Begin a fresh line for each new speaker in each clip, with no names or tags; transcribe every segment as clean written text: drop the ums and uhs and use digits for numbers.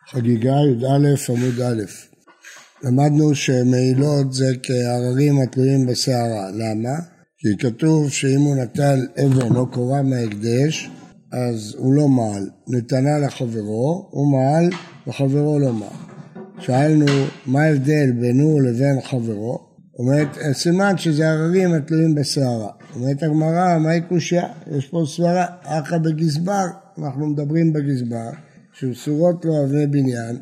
חגיגה י"א עמוד א'. למדנו שמעילות זה כהררים התלויים בשערה. למה? כי כתוב שאם הוא נטל אבן או קורה מההקדש, אז הוא לא מעל. נתנה לחברו, הוא מעל וחברו לא מעל. שאלנו מה ההבדל בינו לבין חברו? אומרת, סימן שזה הררים התלויים בשערה. אומרת הגמרא, מה היא קושיה? יש פה סברה, אחא בגזבר, אנחנו מדברים בגזבר, שסורות לו אבני בניין,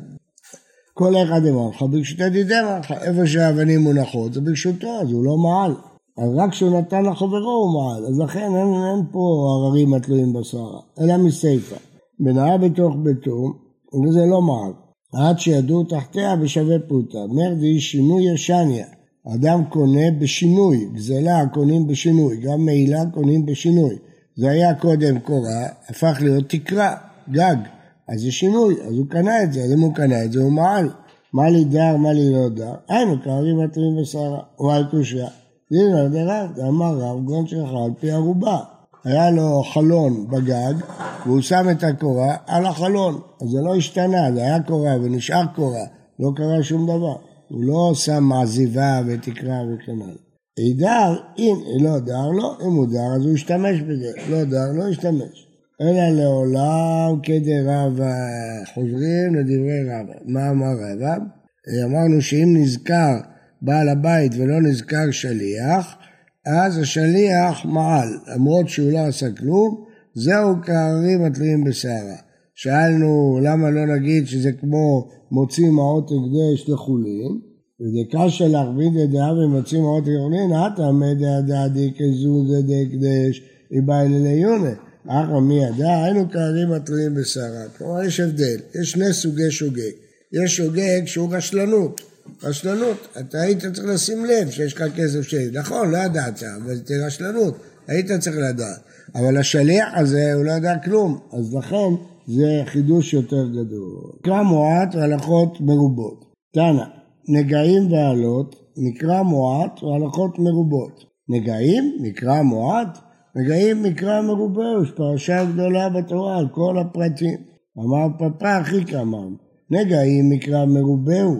כל אחד אמר, ברשותו דידם, איפה שהאבנים מונחות, זה ברשותו, אז הוא לא מעל. אז רק כשהוא נתן לחברו הוא מעל, אז לכן אין פה הררים התלויים בשערה, אלא מסייפה. בנאה בתוך ביתו, וזה לא מעל. עד שידעו תחתיה בשווה פרוטה, מרדי שינוי ישניה. אדם קונה בשינוי, גזלה קונים בשינוי, גם מעילה קונים בשינוי. זה היה קודם קורה, הפך להיות תקרה, גג. אז זה שינוי, אז הוא קנה את זה, אז אם הוא קנה את זה הוא מעל. מה לי דר, מה לי לא דר? היינו קררים התלויים בשערה, הוא על קושיה. דינא דרב, אמר רב, גון שלך על פי ערובה. היה לו חלון בגג, והוא שם את הקורה על החלון. אז זה לא השתנה, זה היה קורה ונשאר קורה, לא קרה שום דבר. הוא לא שם מעזיבה ותקרה וכן הלאה. אידר, אם לא דר לו, אם הוא דר אז הוא ישתמש בזה, לא דר לא ישתמש. אלא לעולם כדרבא, חוזרים לדברי רבא. מה אמר רבא? אמרנו שאם נזכר בעל הבית ולא נזכר שליח, אז השליח מעל, למרות שהוא לא עשה כלום, זהו כהררים התלויים בשערה. שאלנו למה לא נגיד שזה כמו מוציא מעות הקדש לחולין, ודקה של להכביד ידיעה ומוציא מעות לחולין, אתה מדע דעדי כזו זה הקדש, היא באה אלי יונה. אחר מי ידע, היינו כהררים התלויים בשערה. כלומר יש הבדל, יש שני סוגי שוגג. יש שוגג שהוא רשלנות. רשלנות, אתה היית צריך לשים לב שיש לך כסף שלי. נכון, לא ידעת, אבל זה רשלנות. היית צריך לדעת. אבל השליח הזה הוא לא ידע כלום. אז לכן זה חידוש יותר גדול. נקרא מועט והלכות מרובות. תנא, נגעים ועלות, נקרא מועט והלכות מרובות. נגעים, נקרא מועט, נגעים מקרא מרובה, יש פרשה גדולה בתורה על כל הפרטים. אמר פפא הכי כמם, נגעים מקרא מרובהו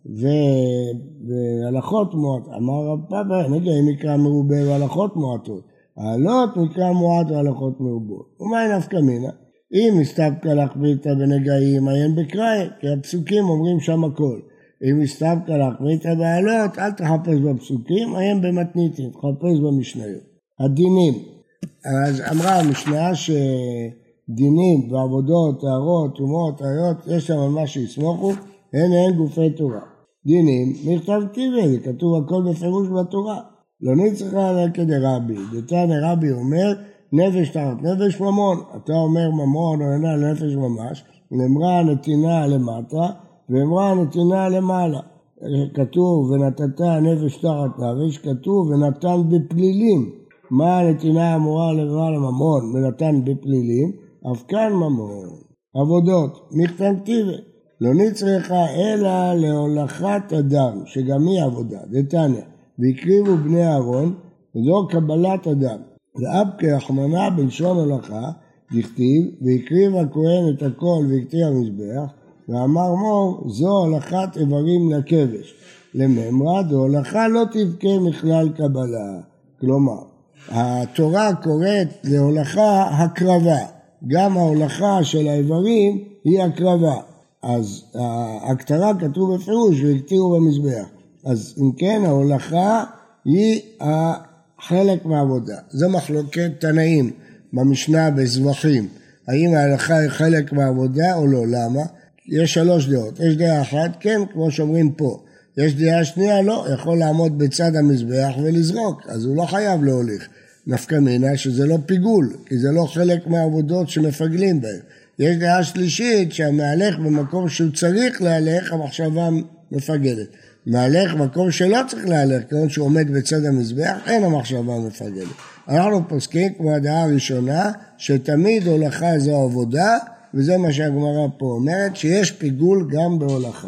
והלכות מועט. אמר רב פפא, נגעים מקרא מרובה והלכות מועטות. העלות מקרא מועט והלכות מרובות. ומה נפקא מינה? אם הסתפקא להחביתא בנגעים, עיין בקראי, כי הפסוקים אומרים שם הכל. אם הסתפקא להחביתא בעלות, אל תחפש בפסוקים, עיין במתניתין, תחפש במשניות. הדינים. אז אמרה המשנה שדינים ועבודות, טהרות, טומאות, עריות, יש שם מה שיסמוכו, הן גופי תורה. דינים, מכתב טבעי, זה כתוב הכל בפירוש בתורה. לא נצטרכה עליה כדרבי. דתניא רבי אומר, נפש תחת נפש ממון. אתה אומר ממון או אינה נפש ממש, נאמרה הנתינה למטה, ואמרה הנתינה למעלה. כתוב ונתת נפש תחת נפש, כתוב ונתן בפלילים. מה הנתינה אמורה לברר לממון ונתן בפלילים? אף כאן ממון. עבודות, מכתב טבעי. לא נצטרכה אלא להולכת אדם, שגם היא עבודה, דתניא. והקריבו בני אהרון, וזו קבלת אדם. ואב כרחמנא בלשון הולכה, דכתיב, והקריב הכהן את הכל והקטיר המזבח, ואמר מור, זו הולכת איברים לכבש. לממרה, דהולכה לא תבכה מכלל קבלה. כלומר, התורה קוראת להולכה הקרבה. גם ההולכה של האיברים היא הקרבה. אז ההקטרה כתוב בפירוש והקטירו במזבח. אז אם כן, ההולכה היא חלק מהעבודה. זו מחלוקת תנאים במשנה בזבחים. האם ההולכה היא חלק מהעבודה או לא? למה? יש שלוש דעות. יש דעה אחת, כן, כמו שאומרים פה. יש דעה שנייה, לא, יכול לעמוד בצד המזבח ולזרוק, אז הוא לא חייב להוליך. נפקא מינה שזה לא פיגול, כי זה לא חלק מהעבודות שמפגלים בהן. יש דעה שלישית שהמהלך במקום שהוא צריך להלך, המחשבה מפגלת. מהלך במקום שלא צריך להלך, כיוון שהוא עומד בצד המזבח, אין המחשבה מפגלת. אנחנו פוסקים כמו הדעה הראשונה, שתמיד הולכה זו עבודה, וזה מה שהגמרא פה אומרת, שיש פיגול גם בהולכה.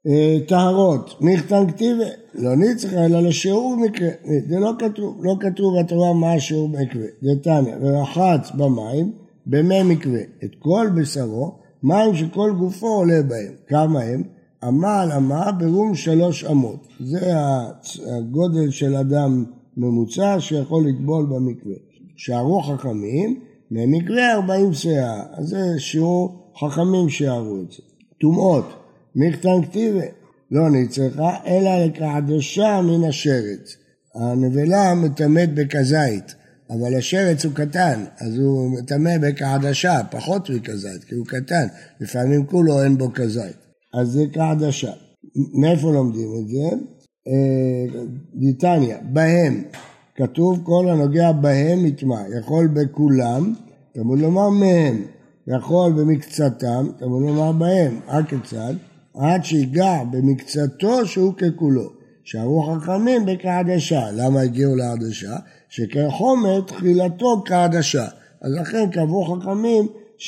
טהרות, מכתב כתיבה, לא נצטרכה אלא לשיעור מקרה, זה לא כתוב בתורה מה השיעור מקווה, דתניא, ורחץ במים, במי מקווה, את כל בשרו, מים שכל גופו עולה בהם. כמה הם? אמה על אמה ברום 3 אמות. זה הגודל של אדם ממוצע שיכול לטבול במקווה. שערו חכמים, ממקווה 40 סאה. אז זה שיעור חכמים שיערו את זה. טומאות, מקטן כתיבה, לא נצרכה, אלא לקעדשה מן השרץ. הנבלה מטמאת בכזית, אבל השרץ הוא קטן, אז הוא מטמא בקעדשה, פחות מכזית, כי הוא קטן. לפעמים כולו אין בו כזית. אז זה קעדשה. מאיפה לומדים את זה? דיטניה, בהם. כתוב כל הנוגע בהם יטמע. יכול בכולם, תמוד לומר מהם. יכול במקצתם, תמוד לומר בהם. הכיצד? עד שיגע במקצתו שהוא ככולו. שערו חכמים בקעדשה. למה הגיעו לעדשה? שכחומר תחילתו קעדשה. אז לכן קבעו חכמים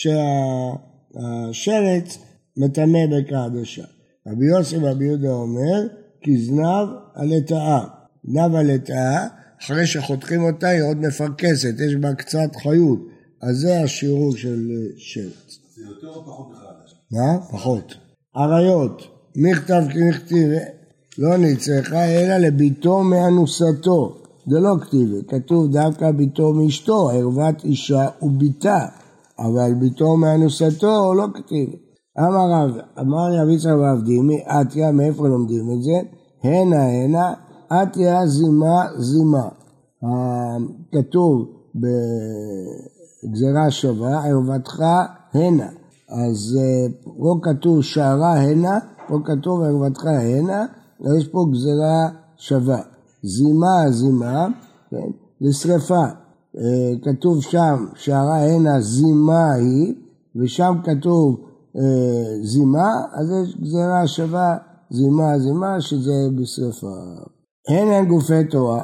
שהשרץ מטמא בקעדשה. רבי יוסי ורבי יהודה אומר, כי זנב הלטאה. זנב הלטאה, אחרי שחותכים אותה היא עוד מפרקסת, יש בה קצת חיות. אז זה השיעור של שרץ.
זה יותר או פחות מחדש?
מה? פחות. עריות, מכתב כמכתיב, לא נצרכה אלא לביתו מאנוסתו. זה לא כתיבה, כתוב דווקא ביתו מאשתו, ערוות אישה וביתה, אבל ביתו מאנוסתו לא כתיבה. אמר יביצה ועבדימי, עתיה, מאיפה לומדים את זה? הנה, עתיה זימה. כתוב בגזרה שווה, ערוותך הנה. אז פה כתוב שערה הנה, פה כתוב ערוותך הנה, יש פה גזרה שווה. זימה, כן? לשרפה. כתוב שם שערה הנה זימה היא, ושם כתוב זימה, אז יש גזרה שווה זימה שזה בשרפה. הן גופי תורה,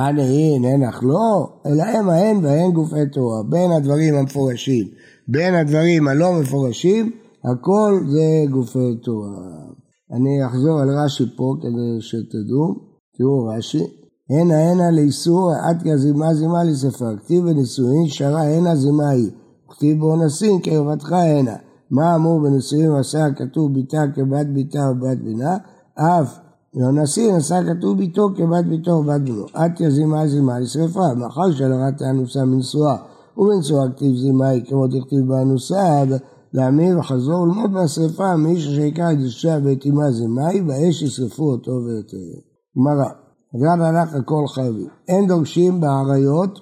הן אך לא, אלא הן והן גופי תורה. בין הדברים המפורשים, בין הדברים הלא מפורשים, הכל זה גופי תורה. אני אחזור על רש"י פה כדי שתדעו. תראו רש"י, הנה לאיסור, עתיה זימה לשרפה. כתיב בנישואין שרה הנה זימה היא. כתיב באונסין קרבתך הנה. מה אמור בנישואין עשה כתוב ביתה כבת ביתה ובת בינה, אף באונסין עשה כתוב ביתו כבת ביתו ובת בינו. עתיה זימה לשרפה, מאחר שלרעת האנוסה מנשואה, ובנשואה כתיב זימה היא כמו תכתיב באנוסה, להעמיד וחזור ולמות מהשרפה, מאיש שיקרא את אישה והתאימה זימה היא, והאש ישרפו אותו ויותר. גמרא, אגב הלך הכל חייבים. אין דורשים בעריות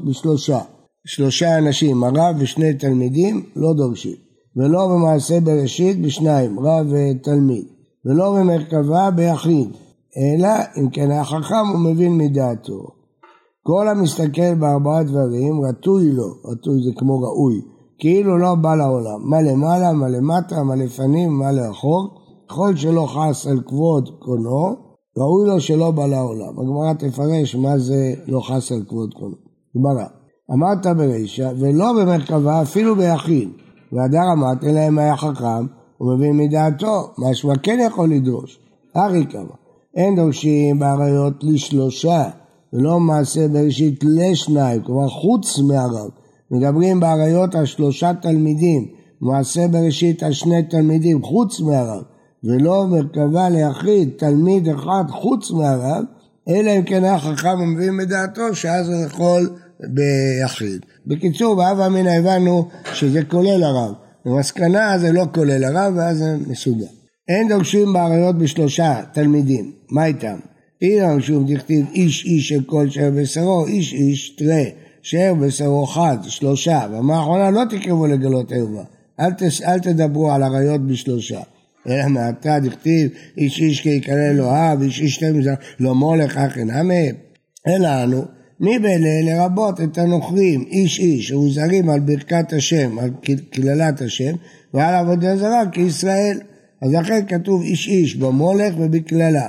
בשלושה אנשים, הרב ושני תלמידים לא דורשים. ולא במעשה בראשית בשניים, רב ותלמיד. ולא במרכבה ביחיד, אלא אם כן החכם הוא מבין מדעתו. כל המסתכל בארבעה דברים רטוי לו, רטוי זה כמו ראוי, כאילו לא בא לעולם. מה למעלה, מה למטה, מה לפנים, מה לאחור. כל שלא חס על כבוד קונו, ראוי לו שלא בא לעולם. הגמרא תפרש מה זה לא חס על כבוד קונו. גמרא, אמרת ברישא, ולא במרכבה אפילו ביחיד. והדר אמרת, אלא אם היה חכם, הוא מבין מדעתו, משמע כן יכול לדרוש. ארי כמה, אין דורשים בעריות לשלושה, ולא מעשה בראשית לשניים, כלומר חוץ מהרב. מדברים בעריות על 3 תלמידים, מעשה בראשית על 2 תלמידים חוץ מהרב. ולא מרכבה ליחיד תלמיד אחד חוץ מהרב, אלא אם כן היה חכם ומבין מדעתו, שאז הוא יכול ביחיד. בקיצור, בהווה אמינא הבנו שזה כולל הרב. במסקנה זה לא כולל הרב, ואז זה מסודר. אין דורשים בעריות ב3 תלמידים. מה איתם? אילן שום דכתיב איש של כל שער בשרו, איש תראה, שער בשרו חד, 3. ומה האחרונה לא תקרבו לגלות ערווה. אל תדברו על עריות ב3. אלא מעתה דכתיב איש כי יקרא אלוהיו, איש 12 לא מולך אחן עמי. אלא אנו, מי באלה לרבות את הנוכרים, איש שמוזרים על ברכת השם, על כללת השם, ועל עבודה זרה כישראל. אז לכן כתוב איש במולך ובכללה.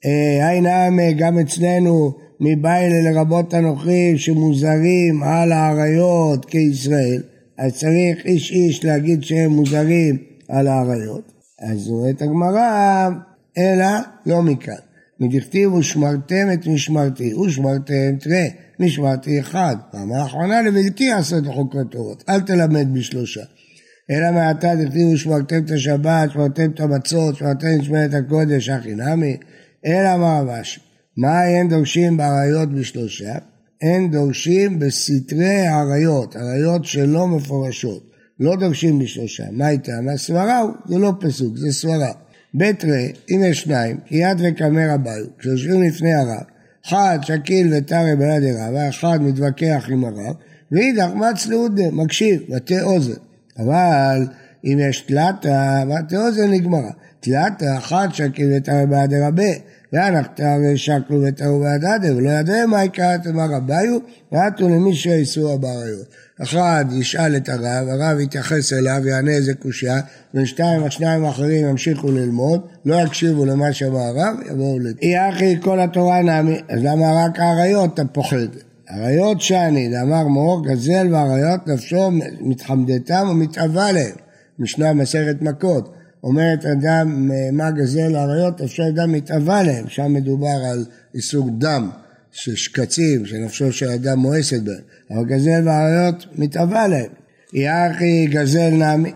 היינה גם אצלנו מבאלה לרבות הנוכרים שמוזרים על העריות כישראל, אז צריך איש להגיד שהם מוזרים על העריות. אז אומרת הגמרא, אלא לא מכאן. מדכתיב ושמרתם את משמרתי, ושמרתם תראה, משמרתי אחד. פעם האחרונה לבלתי עשת חוקות טובות, אל תלמד ב3. אלא מעתה דכתיבו שמרתם את השבת, שמרתם את המצות, שמרתם את משמרת הקודש, הכי נמי, אלא אמר רבשי, מה אין דורשים בעריות בשלושה? אין דורשים בסתרי עריות, עריות שלא מפורשות, לא דורשים בשלושה. מה איתם? הסברה הוא, זה לא פסוק, זה סברה. בית ראה, אם יש שניים, כי יד וקמר הביו, כשיושבים לפני הרב, אחד שקיל וטרי ביד הרב, ואחד מתווכח עם הרב, ואידך מצ לעודה, מקשיב, מטה אוזן. אבל אם יש תלתה, מטה אוזן נגמרה. תלתה, אחד שקיל וטרי ביד הרבה, והנחתה ושקלו ותראו והדדה, ולא ידעה מה יקרת אמר רביו, ועטו למי שיסוע בעריות. אחד ישאל את הרב, הרב יתייחס אליו, יענה איזה קושיה, השניים האחרים ימשיכו ללמוד, לא יקשיבו למה שאמר הרב, יבואו לדעת. אחי כל התורה נעמי, אז למה רק העריות אתה פוחד? עריות שאני, אמר מאור, גזל ועריות נפשו מתחמדתם ומתאווה להם, משנה מסכת מכות. אומרת אדם, מה גזל עריות, אפשר אדם מתאווה להם, שם מדובר על איסור דם, שקצים, שנפשו של אדם מואסת בהם, אבל גזל ועריות מתאווה להם. יחי גזל נעמי,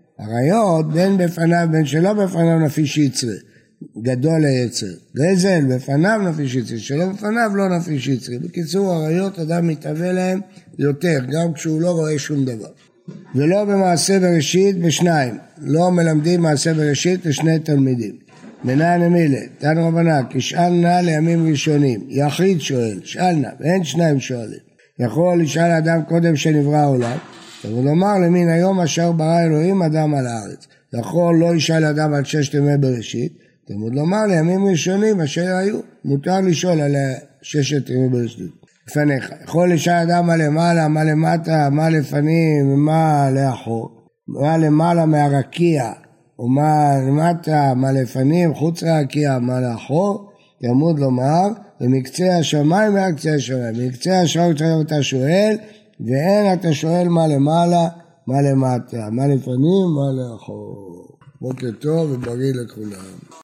עריות בין בפניו, בין שלא בפניו נפיש יצרה, גדול היצר, גזל בפניו נפיש יצרה, שלא בפניו לא נפיש יצרה. בקיצור, עריות אדם מתאווה להם יותר, גם כשהוא לא רואה שום דבר. ולא במעשה בראשית בשניים, לא מלמדים מעשה בראשית לשני תלמידים. מנין אמילה, תן רבנה, כשאלנה לימים ראשונים, יחיד שואל, שאלנה, ואין שניים שואלים. יכול לשאל אדם קודם שנברא העולם, ולומר למין היום אשר ברא אלוהים אדם על הארץ. יכול לא ישאל אדם על 6 ימי בראשית, תלמוד לומר לימים ראשונים אשר היו, מותר לשאול על 6 ימי בראשית. לפניך, יכול לשאול אדם מה למעלה, מה למטה, מה לפנים, מה לאחור, מה למעלה מהרקיע, ומה למטה, מה לפנים, חוץ רקיע, מה לאחור, תלמוד לומר, ומקצה השמיים והקצה השמיים, מקצה השמיים אתה שואל, ואין אתה שואל מה למעלה, מה למטה, מה לפנים, מה לאחור. בוקר טוב ובריא לכולם.